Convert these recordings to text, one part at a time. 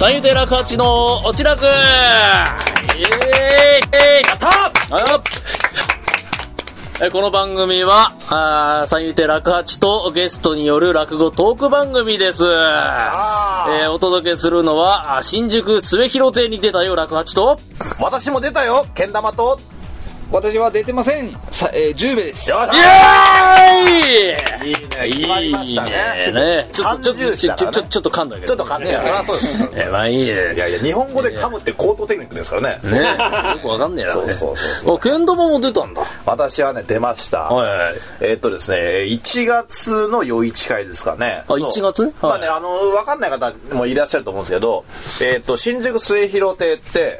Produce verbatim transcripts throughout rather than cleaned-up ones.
三遊亭楽八のおちらく、イエーイ、やったー。この番組は三遊亭楽八とゲストによる落語トーク番組です。えー、お届けするのは新宿末広亭に出たよ楽八と、 私も出たよけん玉と、 私は出てません、さ、えー、じゅうべです。 イエーイ、 いいね、決まりましたね。 いいね。ちょっとちょっとちょっとちょっと噛んだけど。 ちょっと噛んだけど。そりゃそうです。 え、まあいいね。 いやいや、日本語で噛むって高等テクニックですからね。 ね。よくわかんねえな。 そうそうそう。 けん玉も出たんだ。 私はね、出ました。 はいはい。 えっとですね、いちがつの夜市会ですかね。 あ、いちがつ？ まあね、あの、わかんない方もいらっしゃると思うんですけど、えっと、新宿末広亭って、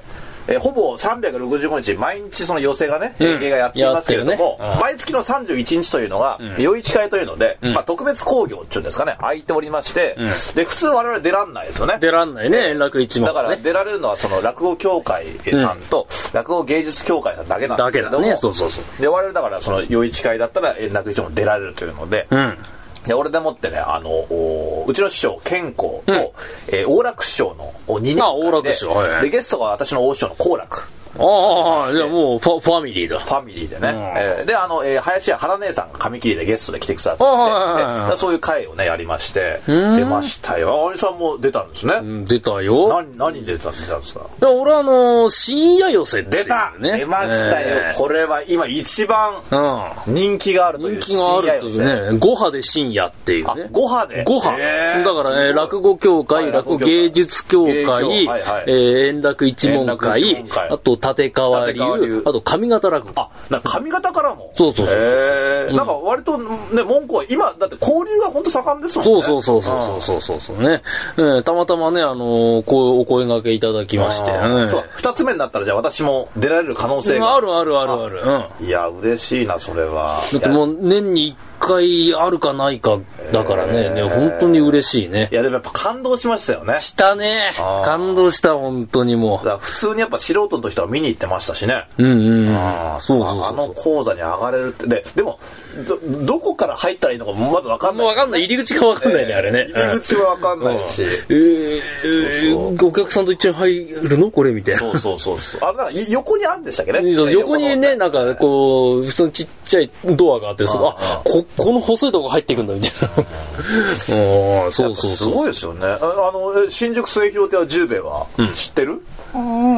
えー、ほぼさんびゃくろくじゅうごにち毎日その寄席がね、演芸がやっていますけれども、ね、うん、毎月のさんじゅういちにちというのが、うん、夜市会というので、うん、まあ、特別興行っていうんですかね、空いておりまして、うん、で普通我々出らんないですよね。 出らんないね、円楽一門、ね、 だから出られるのはその落語協会さんと、うん、落語芸術協会さんだけなんですけれども、 だけだね、そうそうそう。 で我々だからその夜市会だったら円楽一門出られるというので、うん、で俺でもってね、あのうちの師匠健康と、うん、えー、大楽師匠のにねんかいで、はいはい、でゲストが私の大師匠の好楽。 ああ、じゃあもうファ、ファミリーだ。 ファミリーでね。うん、えー、で、あの、えー、林家原姉さんが紙切りでゲストで来てくださって、はい、そういう会をね、やりまして、出ましたよ。あにさんも出たんですね。うん、 出たよ。 何、何出たんですか？ いや、俺はあのー、深夜寄せっていう、ね。出た、 出ましたよ。えー、これは今一番人気があるという。 人気があるというね。ごはで深夜っていうね。 ごはで ?ごは。だからね、落語協会、はい、落語芸術協会、はいはい、えー、円楽一門会、あと立川流、あと上方落語。 あ、なんか上方からも。 そうそうそうそう。 えーうん、なんか割とね、文句は今だって交流が本当盛んですもんね。 そうそうそうそうそうそうそうね、えー。たまたまね、あのー、こうお声掛けいただきまして、 うん、そう二つ目になったらじゃあ私も出られる可能性があるあるあるある。 うん、いや嬉しいなそれは。 だってもう年に一回あるかないかだからね、えー、ね本当に嬉しいね。 いやでもやっぱ感動しましたよね。 したね。感動した本当にもう。だから普通にやっぱ素人の人は見に行ってましたしね。 うんうんうん。あそうそうそうそう。あの講座に上がれるってで、でも ど, どこから入ったらいいのかまず分かんない、 ね。分かんない。入り口が分かんないね、えー、あれね。 入り口は分かんないし。うん、えー、そうそうお客さんと一緒に入るのこれみたいな。 そうそうそうそう。あなんか横にあるんでしたっけね。 横にねなんかこう普通にちっちゃいドアがあってそこあここの細いとこ入っていくんだみたいな。あそうそうそう。 すごいですよね。あの新宿末広亭は十兵衛は知ってる？ うん、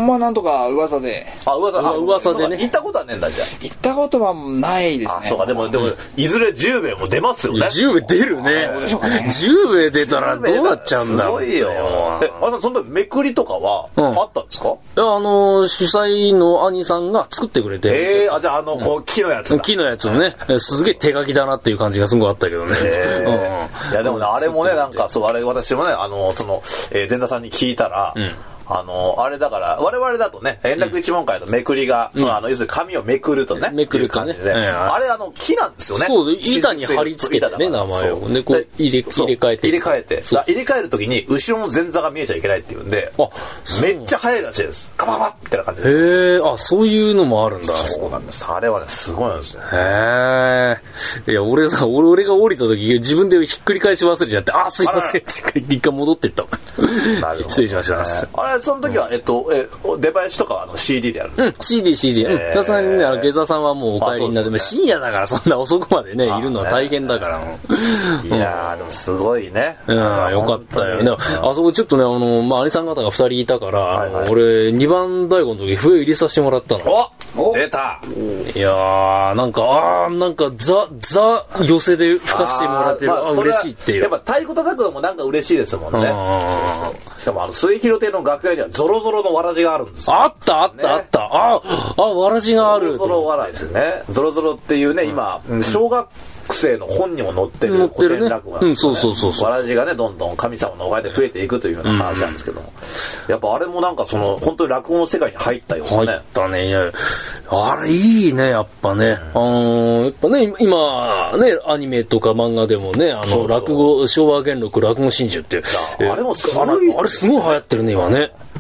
まあなんとか噂で。 あ噂あ噂でね。 行ったことはねえんだじゃあ。 行ったことはないですね。 あそうかでもでもいずれ十兵衛も出ますよね。 十兵衛出るね。十兵衛出たらどうなっちゃうんだろう。 すごいよ。えあなたその時めくりとかはあったんですか？いやあの主催の兄さんが作ってくれて。 ええあじゃああのこう木のやつ。 木のやつをねすげえ手書きだなっていう感じがすごいあったけどね。 いやでもねあれもねなんかそうあれ私もねあのその前座さんに聞いたら。あのあれだから我々だとね円楽一門会のめくりが、うん、そのあの要するに紙をめくるとねめくるとね、 うん、あれあの木なんですよね。 そう板に貼り付けてね名前をでこう入れ入れ替えて入れ替えて入れ替える時に後ろの前座が見えちゃいけないっていうんであめっちゃ速いらしいです。カババッみたいな感じです。 へえあそういうのもあるんだ。 そうなんです。あれはねすごいなんですよ。 へえいや俺さ俺俺が降りた時自分でひっくり返し忘れちゃってあすいませんって一回戻ってった失礼しました。 あれその時はえっとえ出囃子とかはあの シーディー でやるうん シーディー シーディー、えー、うんさすがにね下座さんはもうお帰りになって、ね、深夜だからそんな遅くまでねいるのは大変だからもういやーでもすごいねうんよかったよね。あそこちょっとねあのまあ兄さん方がふたりいたから、はいはい、俺にばん太鼓の時笛入れさせてもらったの。 お出た。 いやーなんかあーなんかザザ寄せで吹かしてもらってる あ,、まあ、あ嬉しいっていう。 やっぱ太鼓叩くのもなんか嬉しいですもんね。しかもあの末広亭の楽屋にはゾロゾロのわらじがあるんですよ。 あったあったあった、ね、ああわらじがある。 ゾロゾロわらじですね。ゾロゾロっていうね今、うん、小学生の本にも載ってる古典落語なんですよね。そうそうそうそう。わらじがねどんどん神様のおかげで増えていくというような話なんですけども、うん、やっぱあれもなんかその本当に落語の世界に入ったようなね。 入ったね。いやあれいいねやっぱね。うん、あのやっぱね今ねアニメとか漫画でもねあのそうそう落語昭和元禄落語真珠っていうあれもすごい、 あれすごい流行ってるね今ね。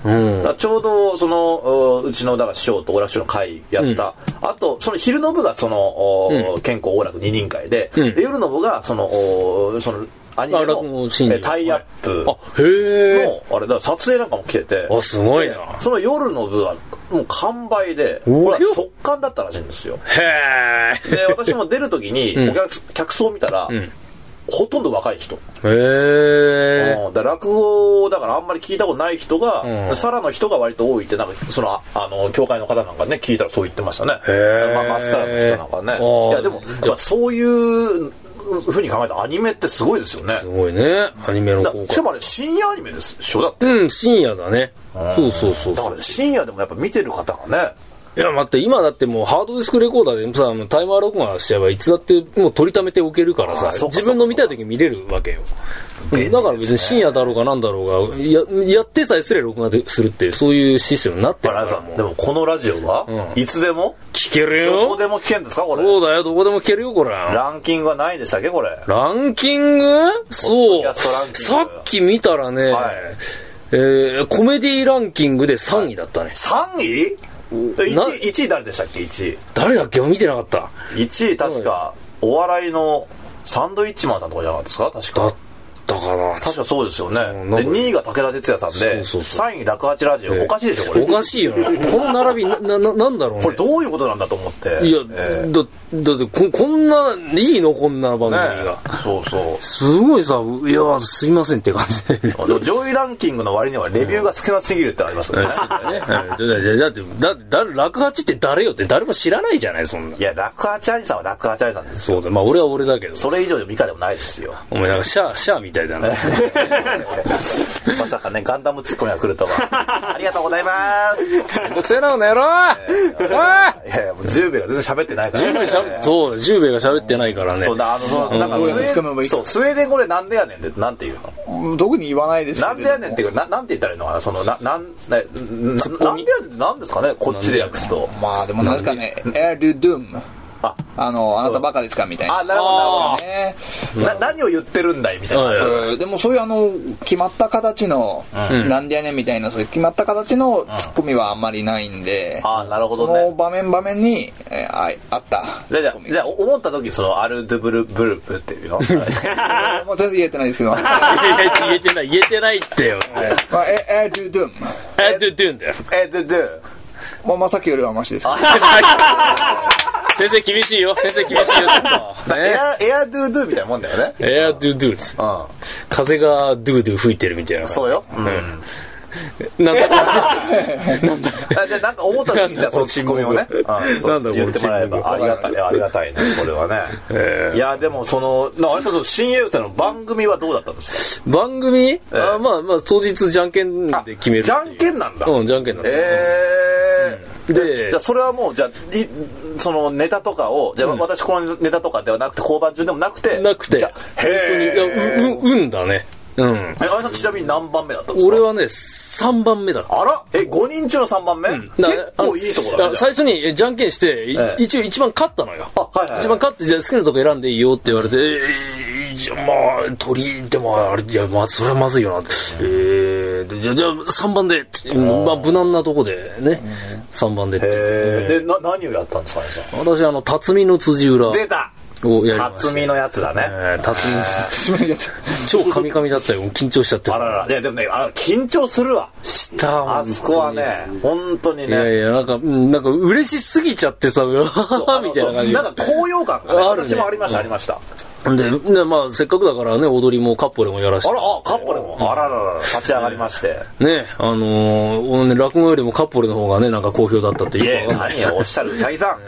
うん、 だからちょうどそのうちのだから師匠と王楽師匠の会やった、うん、あとその昼の部がその、うん、健康王楽二人会で、うん、で夜の部がそのそのアニメのタイアップのあれだ撮影なんかも来てて、 あすごいな。 その夜の部はもう完売で、これは速乾だったらしいんですよ。 へー。 で私も出るときにお客、うん、客層を見たら、うん、ほとんど若い人。 へー。 うん、だ落語だからあんまり聞いたことない人が、うん、サラの人が割と多いってなんかそのあの教会の方なんかね聞いたらそう言ってましたね。 へー。 まあマスターの人なんかね。いやでもやっぱそういうふうに考えたらアニメってすごいですよね。 すごいねアニメの効果。 しかもあれ深夜アニメですでしょだって。 うん深夜だね。そうそうそう。 だから深夜でもやっぱ見てる方がね。 いや待って今だってもうハードディスクレコーダーでさタイマー録画しちゃえばいつだってもう取りためておけるからさ自分の見たい時に見れるわけよ。ね、だから別に深夜だろうがなんだろうが や, やってさえすれ録画するってそういうシステムになってるからもう。 でもこのラジオは、うん、いつでも聞けるよ。 どこでも聞けるんですかこれ。 そうだよどこでも聞けるよこれ。 ランキングは何位でしたっけこれ。 ランキングそうさっき見たらね、はいえー、コメディランキングでさんいだったね、はい、 さんい 1, いちい誰でしたっけ。いちい誰だっけ見てなかった。 いちい確かお笑いのサンドイッチマンさんとかじゃなかったですか確か。 だから確かそうですよね、うん、でにいが武田鉄矢さんでそうそうそうさんい楽八ラジオ、えー、おかしいでしょこれ。 おかしいよなこの並びな、な、なんだろうねこれどういうことなんだと思って。 いや、えー、だ, だって こ, こんないいのこんな番組が、ね、そうそうすごいさいやすいませんって感じででも上位ランキングの割にはレビューが少なすぎるってありますよね、うん、 ねだってだってだだ楽八って誰よって誰も知らないじゃないそんな。 いや楽八兄さんは楽八兄さんですよ。そうだまあ俺は俺だけどそれ以上でも以下でもないですよ。 お前なんかシャーシャーみたいだなまさかねガンダムツッコミが来るとはありがとうございますめんどくせえなこの野郎、えー、 いやいやもうじゅうべいが全然喋ってないから、ね、 じゅうべいそうじゅうべいが喋ってないからね。 そうだあのそのなんかスウェーデンそうスウェーデン語でなんでやねんってなんて言うの。特に言わないですけどなんでやねんっていうか な, なんて言ったらいいのかなそのななんななんでやねんってなんですかねこっちで訳すと。 まあでもなんですかねエルドゥームあ, あのあなたバカですかみたいな。 あなるほどなるほどね。な何を言ってるんだいみたいな、 うん、でもそういうあの決まった形の、うん、なんでやねんみたいなそういう決まった形のツッコミはあんまりないんで、 うん、あなるほどね。 その場面場面に、えー、あ, あったじゃあじゃあじゃあ思った時そのアルドゥブルブルブっていうのもう全然言えてないですけど言えてない言えてないってよ、 まあ、エドゥドゥンエドゥドゥンだよエドゥドゥンまあ、まあさっきよりはマシです先生厳しいよ先生厳しいよちょっと、ね、 エアエアドゥドゥみたいなもんだよね。 エアドゥドゥです、うん、風がドゥドゥ吹いてるみたいな。 そうよ、うんうん、なんだなんだじゃあなんか思った時にそのツッコミをねなんだ言ってもらえばありがたいありがたいねこれはね、えー、いやでもそのあれさ新栄生の番組はどうだったんですか。 番組、えー、あまあまあ当日じゃんけんで決める。 じゃんけんなんだ。 うんじゃんけんなんだ。 えー、でじゃあそれはもうじゃあいそのネタとかをじゃあ私このネタとかではなくて交番中でもなくてなくて本当にいやう運だね。うん。 え、あれさんちなみに何番目だったんですか。 俺はねさんばんめだった。 あらえごにん中のさんばんめ、うん、結構いいところだね。 最初にじゃんけんして、ええ、一応一番勝ったのよ。 あ、はいはいはい、 一番勝ってじゃあ好きなとこ選んでいいよって言われて、えー、じゃあまあ鳥でもあれいやまあそれはまずいよなって、うん、えー、でじゃあじゃあさんばんで、まあ無難なとこでね、うん、さんばんでって。 へでな何をやったんですかね。 私あの辰巳の辻裏。 出た。辰巳のやつだね。 えー、辰巳の超カミカミだったよ。緊張しちゃってさ。 あらら。いやでもね、あ緊張するわ。 したあそこはね、本当にね。いやいやなんかなんか嬉しすぎちゃってさ、みたいな感じ。 なんか高揚感がね、私もありました、ありました。 で、ね、まあせっかくだからね踊りもカッポレもやらせて。 あらあカッポレも、うん、あららら立ち上がりまして。 ねあのー、ね落語よりもカッポレの方がねなんか好評だったっていうか。 何やおっしゃるうさぎさん。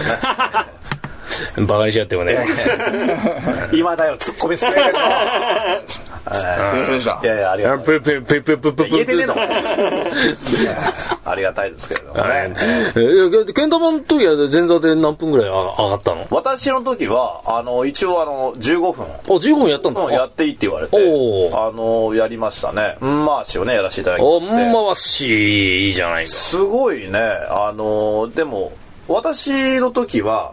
バカにしやってもね今だよツッコミするのいやいやありがとう言えてねえのありがたいですけれどもね。 けん玉の時は前座で何分ぐらい上がったの。 私の時はあの一応あのじゅうごふんあじゅうごふんやったんだ。 やっていいって言われてあのやりましたね。ん回しをねやらせていただきまして。 ん回しいいじゃないか。 すごいね。あのでも私の時は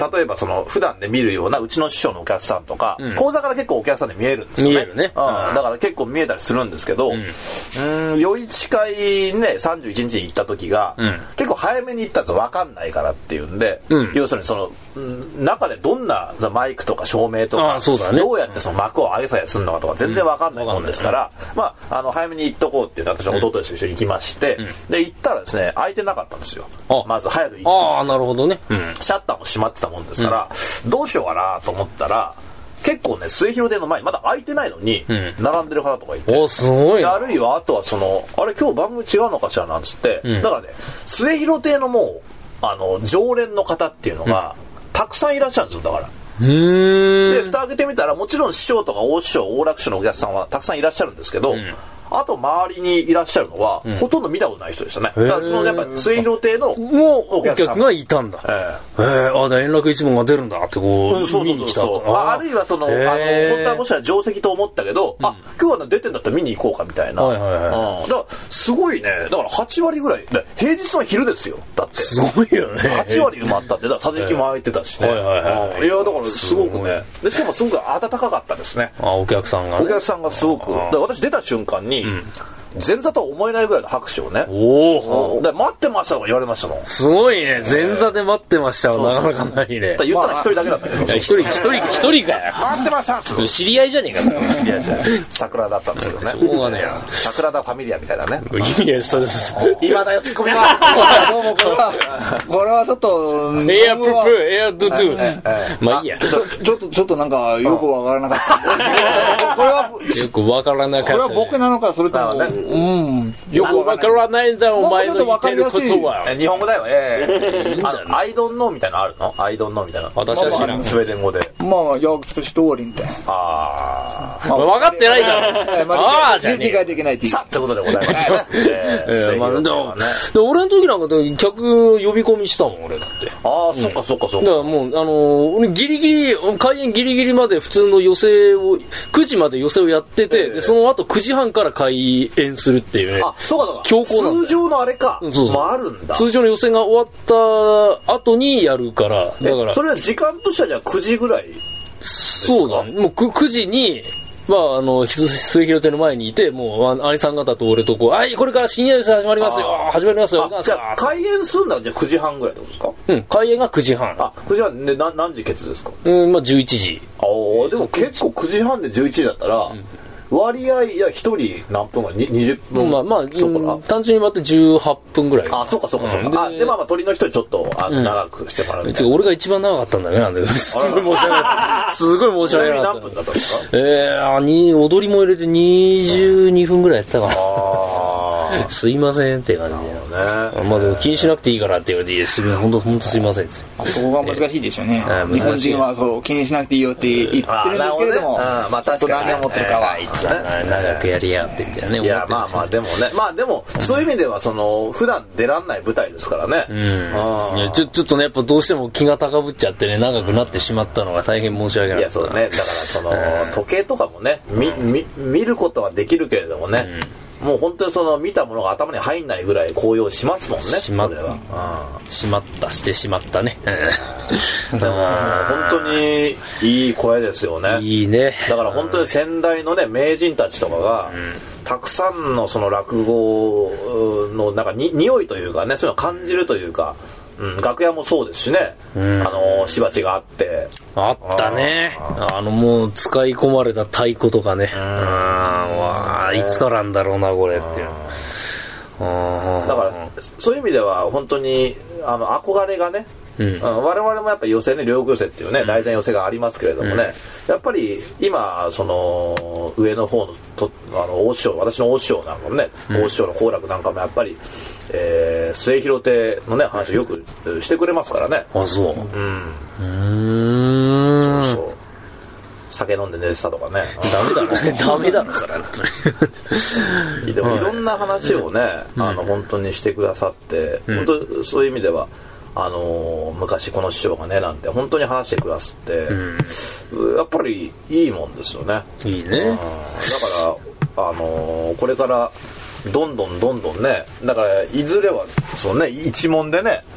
例えばその普段で見るようなうちの師匠のお客さんとか、うん、講座から結構お客さんで見えるんですよね。 見えるね、 うん、だから結構見えたりするんですけど、うん、うん夜市会ねさんじゅういちにちに行った時が、うん、結構早めに行ったんですよ、分かんないからっていうんで、うん、要するにその中でどんなマイクとか照明とか、ね、どうやってその幕を上げ下げするのかとか全然分かんないもんですから、うん、まあ、あの早めに行っとこうっていう私は弟と一緒に行きまして、うん、で行ったらですね空いてなかったんですよ。まず早く行って、 ああなるほどね、うん、 シャッターも閉まってたもんですから、うん、どうしようかなと思ったら結構ね末広亭の前にまだ空いてないのに並んでる方とかいて、 うん、おすごい。 あるいはあとはそのあれ今日番組違うのかしらなんつって、うん、だからね末広亭のもうあの常連の方っていうのが、うん、たくさんいらっしゃるんですよ。だからで蓋開けてみたらもちろん師匠とか大師匠大楽師匠のお客さんはたくさんいらっしゃるんですけど、うん、あと周りにいらっしゃるのは、うん、ほとんど見たことない人でしたね。だからそのやっぱ末広亭のお客がいたんだ。えー、えー、あだ円楽一門が出るんだってこう、うん、そうそうそうそう。 あ, あるいはその、あの本当はもしかしたら定石と思ったけど、うん、あ今日は出てんだったら見に行こうかみたいな。はいはいはい。うん、だからすごいね。だからはちわりぐらい平日の昼ですよ。だってすごいよね。 はちわり埋まったってだから桟敷も空いてたしね。はいはいはい。いやだからすごくね。でしかもすごく暖かかったですね。 あお客さんがね。 お客さんがすごく。だから私出た瞬間に。うん前座とは思えないぐらいの拍手をね。おお。で待ってましたとか言われましたもん。 すごいね。前座で待ってましたはなかなかないね。 言ったら一人だけだったけど。 一人一人一人かよ。 待ってました。 知り合いじゃねえか。 知り合いじゃない。桜だったんですけどね。 しょうがねえよ。 桜田ファミリアみたいなね。 いやそうです。 今だよツッコミは。 どうもこれはこれはちょっと。 エアプープーエアドゥドゥ。まあいいや。 ちょっとちょっとなんかよくわからなかった。これはよくわからなかった。 これは僕なのかそれともうん。 よくわからないんだお前の言ってることは。 日本語だよ。ええ。アイドンノーみたいなのあるの？アイドンノーみたいな。 私は知らん。 スウェーデン語で。 まあjag förstår inte。 ああ。分かってないだろ。ああじゃねえ。 理解できないっていう。 さってことでございますね。ええ。まあで俺の時なんか客呼び込みしたもん俺だって。 ああそっかそっかそっか。 だからもうあの俺ギリギリ開演ギリギリまで普通の寄席をくじまで寄席をやっててでその後くじはんから開演するっていうね。 あそうかそうか。 強行なんだよ。 通常のあれか。 そうそう。 もあるんだ。 通常の予選が終わった後にやるから、だから。 それは時間としてはじゃあくじぐらい。 そうだね。もう 9, くじに、まあ、あの、末広亭の前にいて、もう、兄さん方と俺とこう、はい、これから深夜寄席始まりますよ。始まりますよ。 じゃあ、開演するんだじゃあくじはんぐらいってことですか？ うん、開演がくじはん。 あ、くじはんで、な何時ケツですか？ うん、まあ、じゅういちじ。 ああ、でも結構くじはんでじゅういちじだったら、うん割合いや一人何分かにじゅっぷんまあまあ単純に割ってじゅうはっぷんぐらいあそうかそうかそうか、うん、あでまあまあ鳥の人にちょっとあの、うん、長くしてもらうみたいな俺が一番長かったんだねなんですごい申し訳ないすごい申し訳ない何分だったんですかえー、に踊りも入れてにじゅうにふんぐらいやったかなあすいませんって感じで、ね、まあでも気にしなくていいからって言われてす本当本当すいませんですそこが難しいですよね、えー、日本人はそう気にしなくていいよって言ってるんですけれども、 あまあ確かに何を思ってるかは、 えー、あいつは長くやりやがってみたいなねいやまあまあでもねまあでもそういう意味ではその普段出らんない舞台ですからね、うん、 いやちょちょっとねやっぱどうしても気が高ぶっちゃってね長くなってしまったのが大変申し訳ないいやそうねだからその時計とかもねみみ見ることはできるけれどもね、うんもう本当にその見たものが頭に入んないぐらい高揚しますもんねしま, それは、うん、しまったしてしまったねでも本当にいい声ですよねいいねだから本当に先代のね名人たちとかが、うん、たくさんのその落語のなんかに匂いというかねそういうのを感じるというかうん、楽屋もそうですしね、うん、あのしばちがあってあったね あ, あのもう使い込まれた太鼓とかねうんわあいつからなんだろうなこれっていうだからそういう意味では本当にあの憧れがねうん、我々もやっぱり寄席ね両国寄席っていうね大前寄席がありますけれどもね、うん、やっぱり今その上の方のとあの大師匠私の大師匠なんかもね、うん、大師匠の好楽なんかもやっぱり、えー、末広亭のね話をよくしてくれますからねあそううんうんそうそう酒飲んで寝てたとかねダメだろダメだろそれでもいろんな話をね、うん、あの本当にしてくださって、うん、本当そういう意味ではあのー、昔この師匠がねなんて本当に話してくださって、うん、やっぱりいいもんですよねいいね、うん、 だからあのー、これからどんどんどんどんねだからいずれはそうね一門でね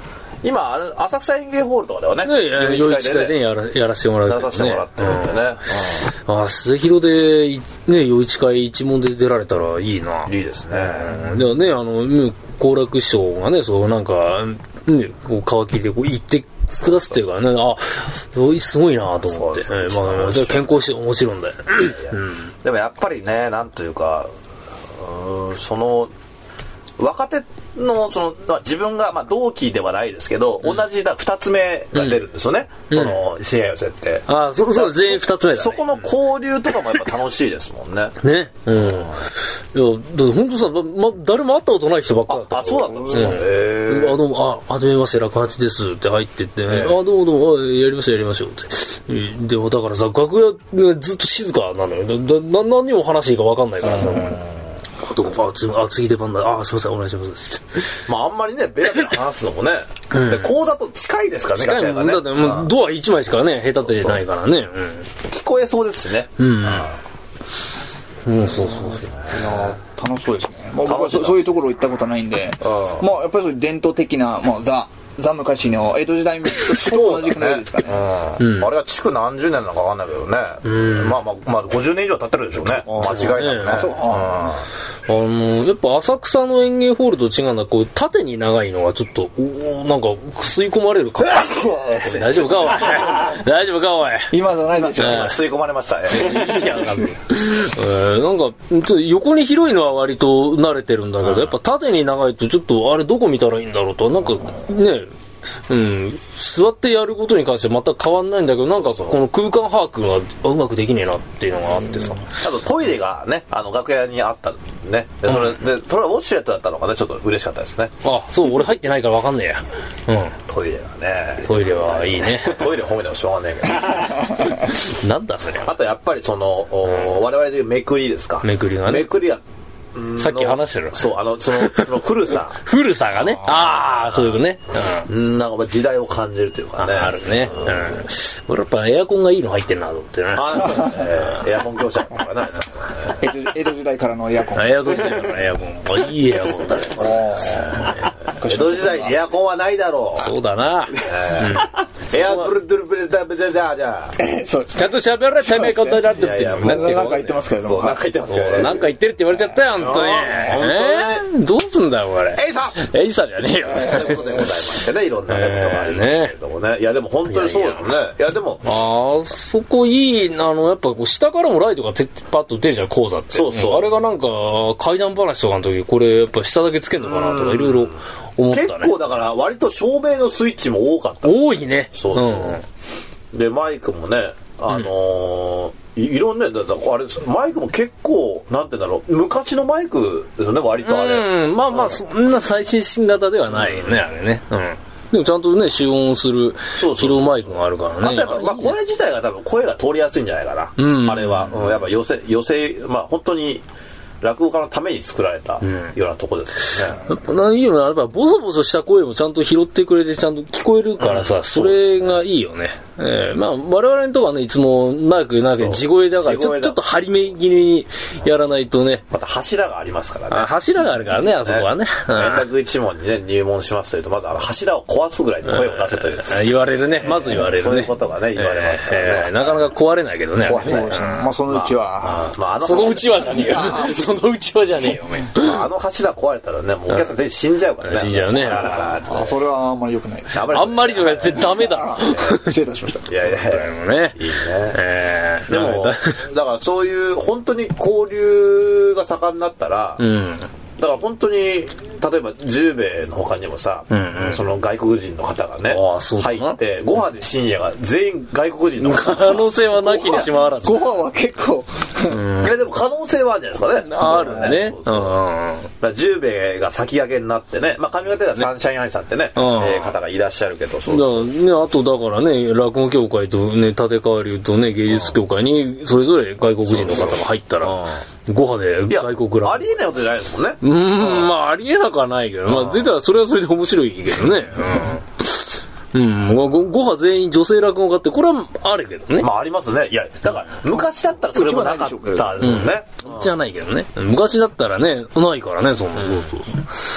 今あれ浅草園芸ホールとかではね、 ね、夜市会でやらやらせてもらうけどね、出させてもらってるんでね、 うん、あ末広でね夜市会一問で出られたらいいな。 いいですね。 うん、ではねあの好楽師匠がねそうなんかねこう皮切りでこう行ってくださってるからね、あすごいなと思って、えー、まあじゃあ健康してもちろんだよね。 うん、でもやっぱりねなんというかうその若手のその、まあ、自分が、まあ、同期ではないですけど、うん、同じだふたつめが出るんですよね、うん、その深夜寄せって、 うん、あそうそう全員ふたつめだね。 そこの交流とかもやっぱ楽しいですもんね。 ねうん、うん、いやだって本当さ、ま、誰も会ったことない人ばっかだった。 ああそうだったんですか、うん、へえあどうもあはじめまして楽八ですって入ってって、あどうもどうもやりましょうやりましょうってでもだからさ楽屋、ね、ずっと静かなのよ。だだ何にも話いいか分かんないからさ、うんどうもあ次あ次出番だあすみませんお願いしますまああんまりねベラベラ話すのもね、うん、で講座と近いですからね。 近いもん、ね、だってもうドアいちまいしかね隔ててないからね、うん、 聞こえそうですしね。 うんうんそうそうそう楽しそうですね。まあ、僕は そ, そういうところ行ったことないんで、まあやっぱりそういう伝統的な、まあ、ザザ昔の江戸時代と同じくらいですかね。 うんうん、あれは築何十年なのか分かんないけどね、うん、まあまあまあごじゅうねん以上経ってるでしょうね間違いなくね。そうああのやっぱ浅草の園芸ホールと違うのはこう縦に長いのはちょっとおなんか吸い込まれるか大丈夫かおい大丈夫かおい今じゃないでしょ。 今吸い込まれましたね。いやなんか、 えー、なんかちょっと横に広いのは割と慣れてるんだけどやっぱ縦に長いとちょっとあれどこ見たらいいんだろうとなんかねうん、座ってやることに関しては全く変わんないんだけどなんかこの空間把握がうまくできねえなっていうのがあってさ、 あとトイレがねあの楽屋にあったねでそれ、うん、でそれはウォシュレットだったのがねちょっと嬉しかったですね。 あそう俺入ってないから分かんねえや、うん、 トイレがねトイレはいいねトイレ褒めてもしょうがないけどなんだそれ。 あとやっぱりその、うん、我々でいうめくりですかめくりがねめくりはさっき話してるそうあのそのその古さ古さがねああそういうことね、 うん、なんか時代を感じるというかねあ, あるね、うんうん、俺やっぱエアコンがいいの入ってるなと思ってねあ、えー、エアコン業者とかね江戸時代からのエアコン江戸時代からのエアコンいいエアコンだね江戸時代エアコンはないだろう。 そうだな、 えー、エアブルドゥルブルダブルダじゃあちゃんと喋れてめえことだって言ってなんか言ってますけれどもなんか言ってますけどなんか言ってるって言われちゃったよ本当に、えー、どうすんだよこれエイサエイサじゃねえよということでございましてねいろんなことがありますけれどもね、えー、ねいやでも本当にそうだよね。いやいやでもあそこいいあのやっぱこう下からもライトがてパッと出るじゃん講座ってそうそうあれがなんか怪談話とかの時これやっぱ下だけつけるのかなとかいろいろ思ったね。 結構だから割と照明のスイッチも多かった多いね。 そうそう、うん、でマイクもねあのーうん、い, いろんなだからあれマイクも結構なんていうんだろう昔のマイクですよね割とあれ、 うん、まあまあ、うん、そんな最新進型ではないね、うん、あれね、うん、でもちゃんとね集音する疲労マイクがあるからね。 あとやっぱ、まあ、声自体が多分声が通りやすいんじゃないかな、うん、あれは、うん、やっぱ寄せ寄せまあ本当に落語家のために作られたようなとこですよね、うん、やっぱいいよね。やっぱボソボソした声もちゃんと拾ってくれてちゃんと聞こえるからさ、うん、それがいいよね。えー、まあ我々のとこはねいつもマイクなんか地声だからちょ、ちょっと張り目気味にやらないとね。 また柱がありますからね。 あ柱があるからねあそこはね。 円楽一門にね入門しますというとまずあの柱を壊すぐらいに声を出せという、 うん、言われるね。まず言われるね。 そういうことがね言われますからね、 えーえー、なかなか壊れないけどね。 壊れない、ね、 まあそのうちは、 まあまあ、あのそのうちはじゃねえよそのうちはじゃねえよまあ、あの柱壊れたらねもうお客さん全員死んじゃうからね。 死んじゃうね。 あそれはあんまり良くないです。 あんまりとか絶対ダメだ失礼いたしました。 いやいやいやもね、 いいね、えー、でもだからそういう本当に交流が盛んになったら、うん、だから本当に例えば十兵衛の他にもさ、うんうん、その外国人の方がね入ってご飯で深夜が全員外国人の方可能性はなきにしもあらず。 ご飯は結構うん、いやでも可能性はあるんじゃないですかね。 あるね。そうそう、 うん、十兵衛が先駆けになってね、まあ上方ではサンシャインアイさんってね、うん、えー、方がいらっしゃるけど、そうそうだね、あとだからね落語協会とね立川流とね芸術協会にそれぞれ外国人の方が入ったらご飯で外国落語ありえないことじゃないですもんね。 うん、まあありえなくはないけど、まあ出たらそれはそれで面白いけどね。うん、うん、ご飯全員女性落語家ってこれはあるけどね。 まあありますね。いやだから昔だったらそれもなかったですよね。 うん、じゃないけどね。昔だったらねないからねそんな、うん、そうそうそう。いや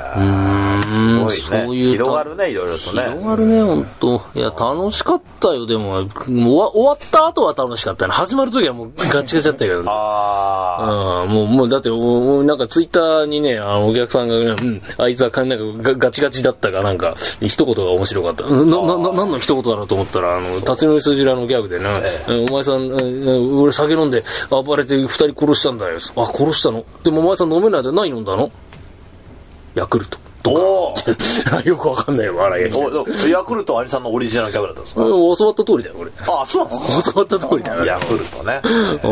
うーん、 すごいね。 そういう広がるね、いろいろとね。 広がるね、本当。いや、楽しかったよ、でも、もう終わ、終わった後は楽しかったな。始まる時はもうガチガチだったけど。ああ。うん、もう、もう、だって、なんかツイッターにね、あの、お客さんが、うん、あいつはなんかガチガチだったかなんか、一言が面白かった。な、な、な、何の一言だろうと思ったら、あの、辰徳筋のギャグでね、ええ、お前さん、俺酒飲んで暴れて二人殺したんだよ。あ、殺したの？でもお前さん飲めないで何飲んだの？ヤクルト。とかよくわかんないよ、笑いが。ヤクルトは兄さんのオリジナルギャグだったんですか？ 教わった通りだよ、俺。 ああ、そうなんですか？ 教わった通りだよ。 ヤクルトね。 うん。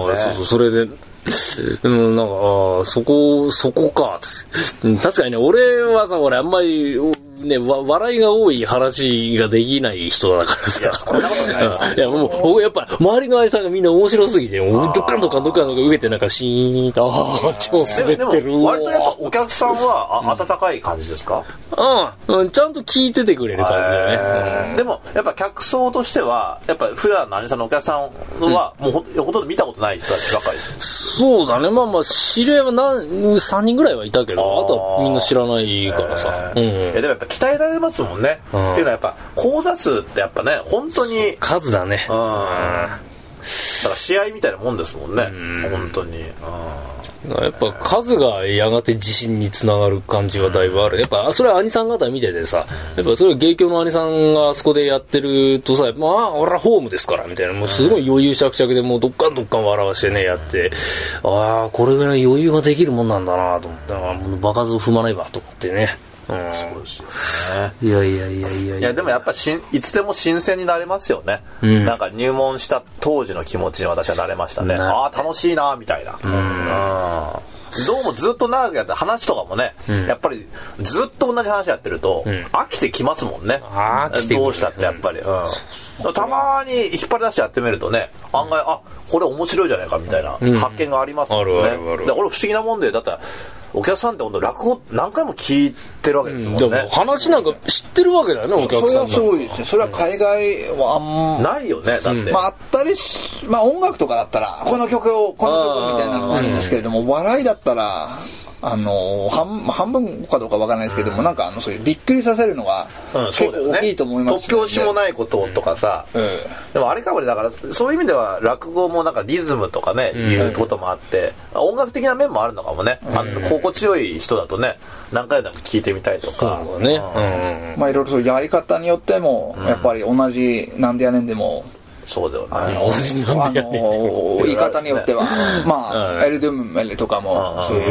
うん、そうそう、それで、うん、なんか、あそこ、そこか、つって。確かにね、俺はさ、俺あんまり、ね、わ笑いが多い話ができない人だからさ。いや、そんなことないです。いや、もう、僕やっぱ、周りのあいさんがみんな面白すぎて、もう、どっかんどっかんどっかんどっかん受けて、なんか、シーンと、ああ、超滑ってる。 割とやっぱお客さんは、あ、温かい感じですか？ うん、うん、ちゃんと聞いててくれる感じだよね。 でも、やっぱ客層としては、やっぱ普段の兄さんのお客さんは、もう ほ, ほとんど見たことない人たちばかりです。 そうだね。まあまあ、知り合いは何、さんにんぐらいはいたけど、あとはみんな知らないからさ。うん。 いや、でもやっぱ鍛えられますもんね。うん、っていうのはやっぱ、講座数ってやっぱね、本当に。 数だね。 うん。だから試合みたいなもんですもんね。うん、本当に。うんやっぱ数がやがて自信につながる感じはだいぶある。やっぱそれは兄さん方見ててさ、やっぱそれは芸協の兄さんがあそこでやってるとさ、まあ俺はホームですからみたいな、もうすごい余裕しゃくしゃくでもうどっかんどっかん笑わしてねやって、ああこれぐらい余裕ができるもんなんだなと思って、もう場数を踏まないわと思ってね。 うん、そうですよね。 いやいやいやいやいやでもやっぱしいつでも新鮮になれますよね、うん、なんか入門した当時の気持ちに私はなれましたね。ああ楽しいなみたいな、うん、うんどうもずっと長くやって話とかもね、うん、やっぱりずっと同じ話やってると、うん、飽きてきますもんね。どうしたってやっぱり、うん、たまに引っ張り出してやってみるとね、案外あこれ面白いじゃないかみたいな発見がありますもんね、うん、あるあるある。でこれ不思議なもんで、だってお客さんって本当落語何回も聞いてるわけですもんね、うん、でも話なんか知ってるわけだよね、お客さんが。 それはそうですね。それは海外はあんまないよね。だって、うん、 まああったりし、まあ音楽とかだったらこの曲をこの曲みたいなのがあるんですけれども、うん、笑いだったらあの 半, 半分かどうかわからないですけども、うん、なんかあのそういうびっくりさせるのが結構大きいと思います、ね。 突拍子もないこととかさ、うんうん、でもあれかもね、だからそういう意味では落語もなんかリズムとかね、うん、いうこともあって、音楽的な面もあるのかもね、うん、あの心地よい人だとね何回でも聞いてみたいとか、 そうね、うん、 まあいろいろそうやり方によっても、うん、やっぱり同じなんでやねんでもそうだよね。 あの、あの言い方によっては、まあ、エルドゥンメレとかも、そういう、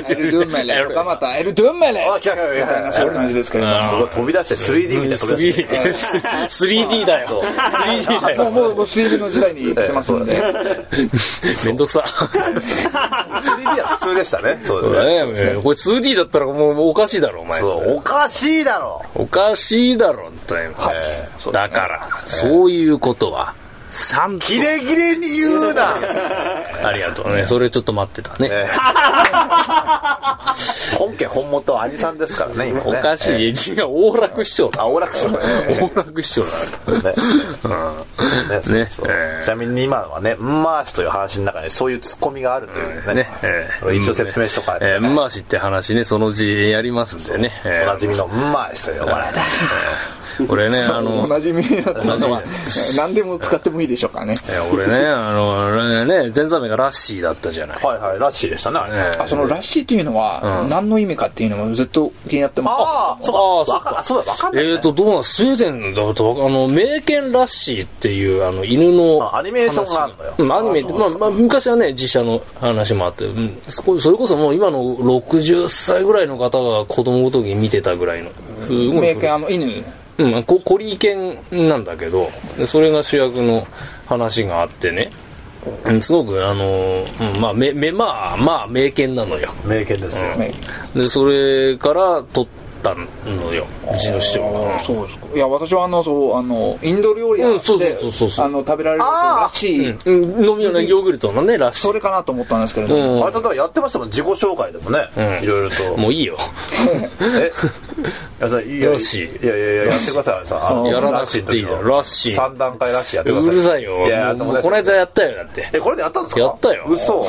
エルドゥンメレとかまた、エルドゥンメレみたいな、そういう感じですけど、 すごい飛び出して スリーディー みたいな飛び出して。 スリーディー だよ。スリーディー だよ。 もう、もう スリーディー の時代に来てますんで。 めんどくさ。 スリーディー は普通でしたね。そうだね。これ ツーディー だったらもうおかしいだろ、お前。 おかしいだろ。 おかしいだろ、だから、そういうことは。 キレキレに言うなありがとうね。それちょっと待ってたね、えー、本家本元は兄さんですからね今ね。 おかしい、えー、違う大楽師匠だ。 あ大楽師匠ね大楽師匠だね、 うんねそうそう、えー、ちなみに今はねん回しという話の中にそういうツッコミがあるというね、ねえー、それ一応説明しとかないと、ねえー、ん回しって話ねそのうちやりますんでね、 えー、おなじみのん回しというお笑いだ俺ねあのおなじみだったのは何でも使ってもいいでしょうかね。 俺ねあのね前座名がラッシーだったじゃない。 はいはいラッシーでしたねあれ、ね、 あそのラッシーっていうのは何の意味かっていうのもずっと気になってます。 ああそうかそうだ分かんない、ね、 えーとどうなんスウェーデンだとあの名犬ラッシーっていうあの犬のアニメーションがあるのよ、 うん、アニメってまあ、まあ、昔はね実写の話もあって、うん、そこそれこそもう今のろくじゅっさいぐらいの方が子供の時に見てたぐらいの名犬あの犬うん、コ, コリー犬なんだけどそれが主役の話があってね、うん、すごくあの、うん、まあめめまあまあ名犬なのよ。 名犬ですよ、 うん、でそれから撮ったのようちの師匠が。 そうですか。いや私はあのそうあのインド料理屋で、うん、そうそうそうそうあの食べられるらしい、 うん、飲み用のヨーグルトのねらしいそれかなと思ったんですけれども、 うん、あれだやってましたもん自己紹介でもね、うん、いろいろともういいよえいやいやラッシーいやいやいややってくださいさあやらなくていいだろラッシーさん段階ラッシーやってください。 うるさいよ。いやもうこの間やったよだって。 えこれでやったんですか。 やったよ。 嘘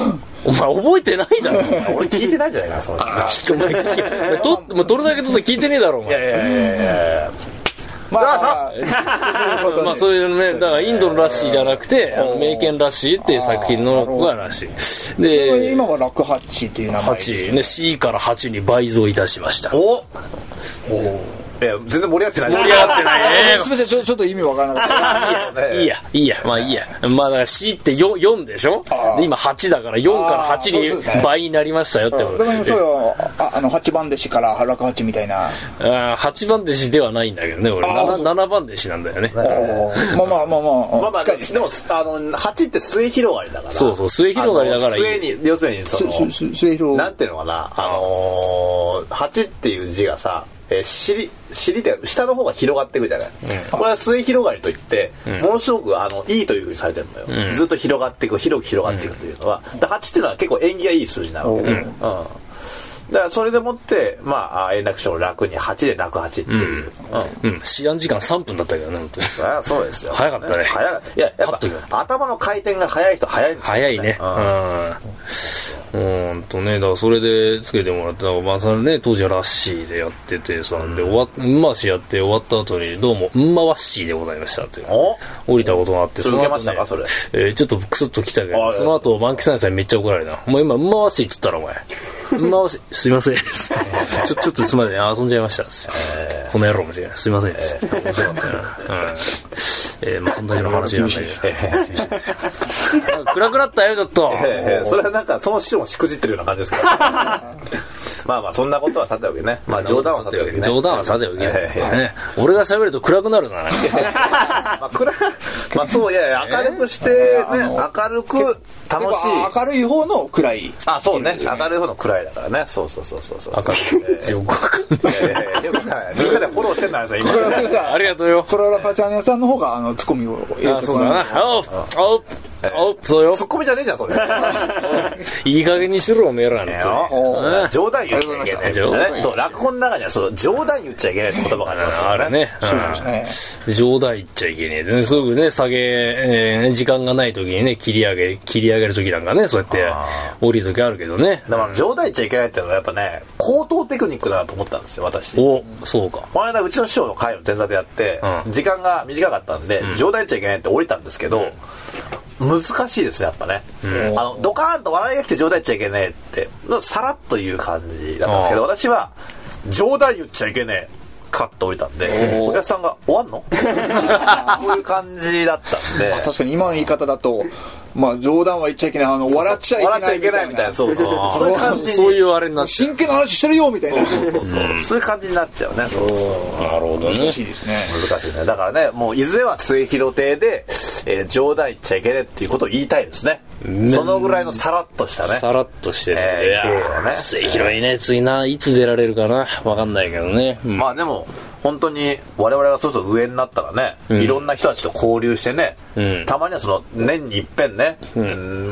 お前覚えてないだろ俺聞いてないんじゃないかなそのあちょっとお前聞ともうどれだけとって聞いてねえだろお前。 いやいやいやいやまあまあそういうね、だからインドのラッシーじゃなくて、あの名犬ラッシーっていう作品のがラッシーで、 今は楽ハッチっていう名前はちね C からはちに倍増いたしました。 おおいや全然盛り上がってない盛り上がってないね。 すみません、ちょちょっと意味わからなかったいいやいいやまあいいや、まあだから C って よん, よんでしょ。で今はちだからよんからはちに倍になりましたよってこと。 でもそうよ、ああのはちばん弟子から楽八みたいな。 あはちばん弟子ではないんだけどね俺。 7, ななばん弟子なんだよね。 まあまあまあまあまあまあ近いです。でもあのはちって末広がりだから。 そうそう末広がりだからいい。 末に要するにその末広なんていうのかな、あのー、はちっていう字がさ、えー、尻尻で下の方が広がっていくじゃない、うん、これは末広がりといって、うん、ものすごくあのいいというふうにされてるのよ、うん、ずっと広がっていく広く広がっていくというのは、うん、はちっていうのは結構縁起がいい数字なわけで、うんうん、だからそれでもってまあ円楽師匠の楽にはちで楽はちっていう、うんうんうん、試案時間さんぷんだったけどね本当に。 そりゃそうですよ。 早かったね。 早かった。いややっぱ頭の回転が早い人早いんですよね。 早いね。うん。うんとねだからそれでつけてもらったまあそれね当時はラッシーでやっててさ、うん、で終わうんまわしやって終わった後にどうもうんまわっしーでございましたっていう降りたことがあって、 その後、ね、受けましたかそれ、 えー、ちょっとクスッときたけどその後満喫さんさんめっちゃ怒られた。お前今うんまわっしーっつったらお前うんまわしすいませんちょちょっとすみません遊んじゃいましたっす、えー、この野郎も違いすいませんです、えー、面白かったな、うんえー、まあそんだけの話なんだけど暗くなったよちょっと、 えー、それはなんかその師匠もしくじってるような感じですけどまあまあそんなことはさておきね、まあ冗談はさておきね、 冗談はさておきね、えーね、俺が喋ると暗くなるなまあ暗まあそういやいや明るくしてね、えー、明るく楽しい明るい方の暗い。 あそうね明るい方の暗いだからね。そうそうそうそうそう明るいよくわかんないみんなでフォローしてんだよ今ありがとうよ。 これはラカチャン屋さんの方があのツッコミを入れて。 あそうだなおうおうおうそうよツッコミじゃねえじゃんそれいい加減にしろおめえらね冗談言っちゃいけないそう落語の中にはそう冗談言っちゃいけないって言葉がありますからね。 そうですね冗談言っちゃいけねえですぐね下げ、えー、時間がない時にね切り上げ切り上げる時なんかねそうやって降りる時あるけどね。 だから冗談言っちゃいけないっていうのはやっぱね高等テクニックだなと思ったんですよ私。 おそうか。 この間うちの師匠の会を前座でやって、うん、時間が短かったんで、うん、冗談言っちゃいけないって降りたんですけど、うん、難しいですねやっぱね、うん、あのドカーンと笑いが来て冗談言っちゃいけないってさらっという感じだったんですけど私は冗談言っちゃいけないカッと降りたんでお客さんが終わんのそういう感じだったんで確かに今の言い方だとまあ冗談は言っちゃいけないあの笑っちゃいけないみたいなそうそうそういう感じそういうあれになっちゃう真剣な話してるよみたいなそうそうそうそう、うん、そういう感じになっちゃうね。そうそうなるほどね難しいですね難しいね。だからねもういずれは末広亭で、えー、冗談言っちゃいけないっていうことを言いたいですね。そのぐらいのさらっとしたねさらっとしてる、えー、いやね末広いね次ないつ出られるかなわかんないけどね、 うん、まあでも本当に我々がそうそう上になったらね、うん、いろんな人たちと交流してね、うん、たまにはその年に一遍ね、うん、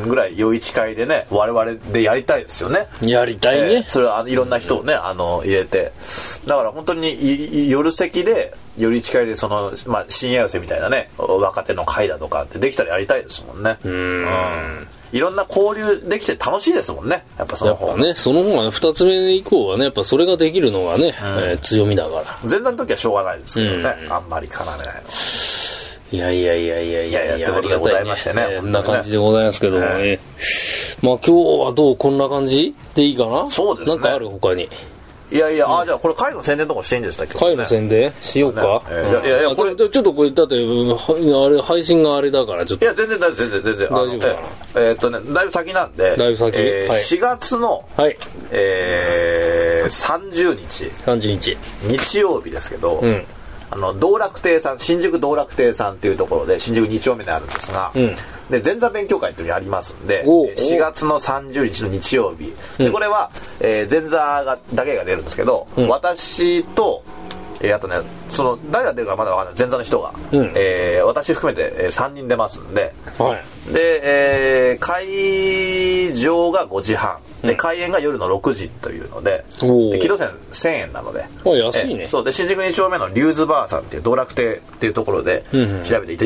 ぐらい夜市会でね我々でやりたいですよね。 やりたいね、 えー、それはあのいろんな人をねあの入れてだから本当に夜席で夜市会でその、まあ、深夜寄せみたいなね若手の会だとかってできたらやりたいですもんね。うんうんいろんな交流できて楽しいですもんねやっぱその方やっぱねその方がふたつめ以降はねやっぱそれができるのがね、うんえー、強みだから前座の時はしょうがないですけどね、うん、あんまり絡めないのいやいやいやいやいやいやいやということでございましてねこんな感じでございますけどもね、えー、まあ今日はどうこんな感じでいいかな。 そうですねなんかある他にいやいや、うん、あじゃあこれ会の宣伝とかしていいんでしたっけ。 会の宣伝しようか、ねえーうん、いやいやこれちょっとこれだってあれ配信があれだからちょっといや全然大丈夫全然全然大丈夫かな。 えー、っとねだいぶ先なんでだいぶ先、 えーはい、しがつの、 はいえー、さんじゅうにちさんじゅうにち日曜日ですけど、うんあの道楽亭さん新宿道楽亭さんっていうところで新宿に丁目にあるんですが、うん、で前座勉強会っていうのがありますんでしがつのさんじゅうにちの日曜日でこれは、えー、前座がだけが出るんですけど、うん、私とえー、あとねその誰が出るかまだ分かんない前座の人が、うんえー、私含めて、えー、さんにん出ますんで、はい、で、えー、会場がごじはんで開演が夜のろくじというので木戸線せんえんなので安いね。 そうで新宿に丁目のリューズバーさんっていう道楽亭っていうところで調べていて、うんうん、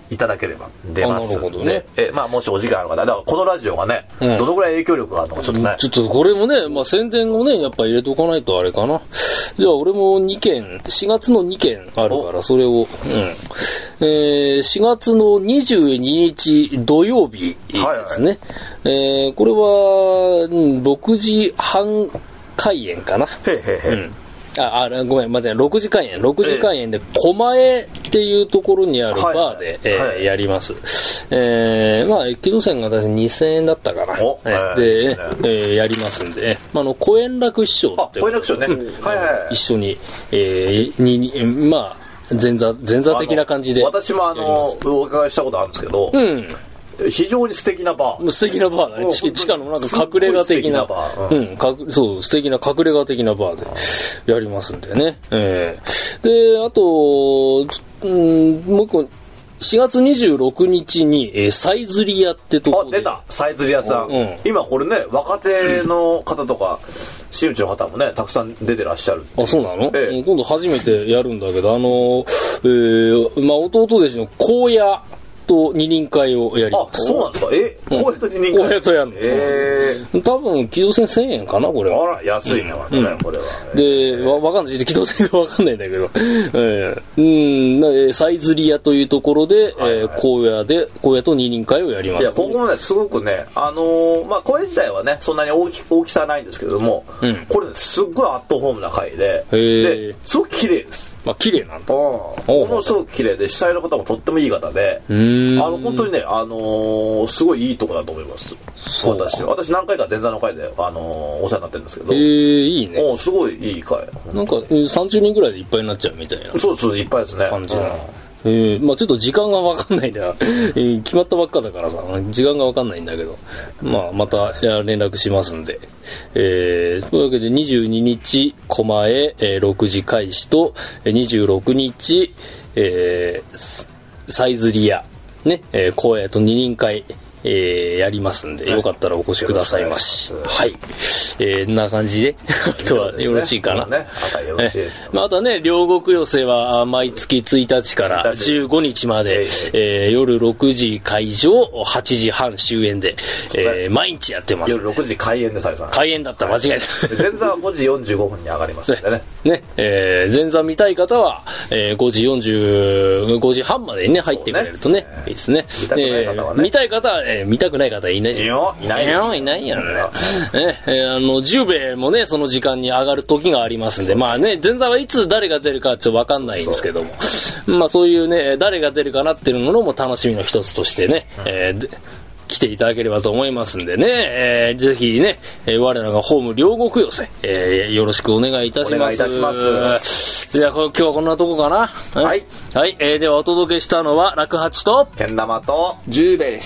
いただければ出ますんで、 なるほどね、 えまあ、もしお時間ある方、だからこのラジオがね、うん、どのぐらい影響力があるのかちょっとね、 ちょっとこれもね、まあ、宣伝をねやっぱ入れておかないとあれかな。じゃあ俺もにけん、しがつのにけんあるからそれを、うんえー、しがつのにじゅうににち土曜日ですね、はいはいえー、これはろくじはん開演かな。 へへへ、うんあ、あ、ごめん、まずろくじ開演。ろくじ開演で、狛江っていうところにあるバーで、はいはいえー、やります。えー、まあ、駅動線が私にせんえんだったかな。えー、で、ねえー、やりますんで、まあ、あの、小円楽師匠って。 小円楽師匠ね、うん。はいはい。 一緒に、えー、に、に、まあ、前座、前座的な感じで。 私もあの、お伺いしたことあるんですけど、うん。非常に素敵なバー。 素敵なバーだね。地下のなんか隠れ家的な。うん、うん、かそう、素敵な隠れ家的なバーでやりますんでね。えー、で、あと、うん、もう一個、しがつにじゅうろくにちに、えー、サイズリ屋ってところで。 あ、出たサイズリ屋さん、うん。今これね、若手の方とか、真打ちの方もね、たくさん出てらっしゃる。 あ、そうなの、ええ、今度初めてやるんだけど、あの、えー、まあ、弟弟子の荒野。と二人会をやります。 あ、そうなんですか。え、荒野と二人会。 荒野とやるの。 ええー、多分機動戦せんえんかなこれは。 あら安いね、うん、これは。 で、わわかんない機動戦がわかんないんだけど、えー、うん、サイズリアというところで、はいはい、えー、荒野で荒野と二人会をやります。 いやここもねすごくね、あのー、まあ声自体はねそんなに大き大きさはないんですけれども、うん、これねすっごいアットホームな会で、ですごく綺麗です。 まあ綺麗なんだ。 ものすごく綺麗で主催の方もとってもいい方で、あの本当にね、あのー、すごいいいとこだと思います。私私何回か前座の会で、あのー、お世話になってるんですけど、 えー、いいね。 おすごいいい会。 なんかさんじゅうにんぐらいでいっぱいになっちゃうみたいな。 そうそういっぱいですね。 感じだ。えー、まあちょっと時間がわかんないんだよ、えー、決まったばっかだからさ時間がわかんないんだけど、まあまた連絡しますんで、えー、というわけでにじゅうににち狛江、えー、ろくじ開始とにじゅうろくにち、えー、サイズリアね、えー、荒野と二人会、えー、やりますんで、よかったらお越しくださいまし。はい。えー、な感じで、あとはよろしいかな。 ね、あとはよろしいですよ。 まあ、あとはね、両国寄せは毎月ついたちからじゅうごにちまで、えー、夜ろくじ会場、はちじはん終演で、えー、毎日やってます。 夜ろくじ開演でされた。 開演だった、間違えた。 前座はごじよんじゅうごふんに上がりますんでね。 ね、えー、前座見たい方は、えー、ごじよんじゅうごじはんまでにね、入ってくれるとね、いいですね。 見たくない方はね。 見たい方は、えー、見たくない方はいない。 いよ、いないよ。いないよね。ね、えー、あの、じゅうべいもね、その時間に上がる時がありますんで、まあね、前座はいつ誰が出るかちょっとわかんないんですけども、まあそういうね、誰が出るかなっていうのも楽しみの一つとしてね、うん、えー来ていただければと思いますんでね、えー、ぜひね、えー、我らがホーム両国寄せ、えー、よろしくお願いいたします。お願いいたします。じゃあ今日はこんなとこかな。 はい。 はい、えー、ではお届けしたのは楽八とけん玉と十兵衛です。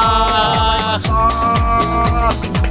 ありがとうございました。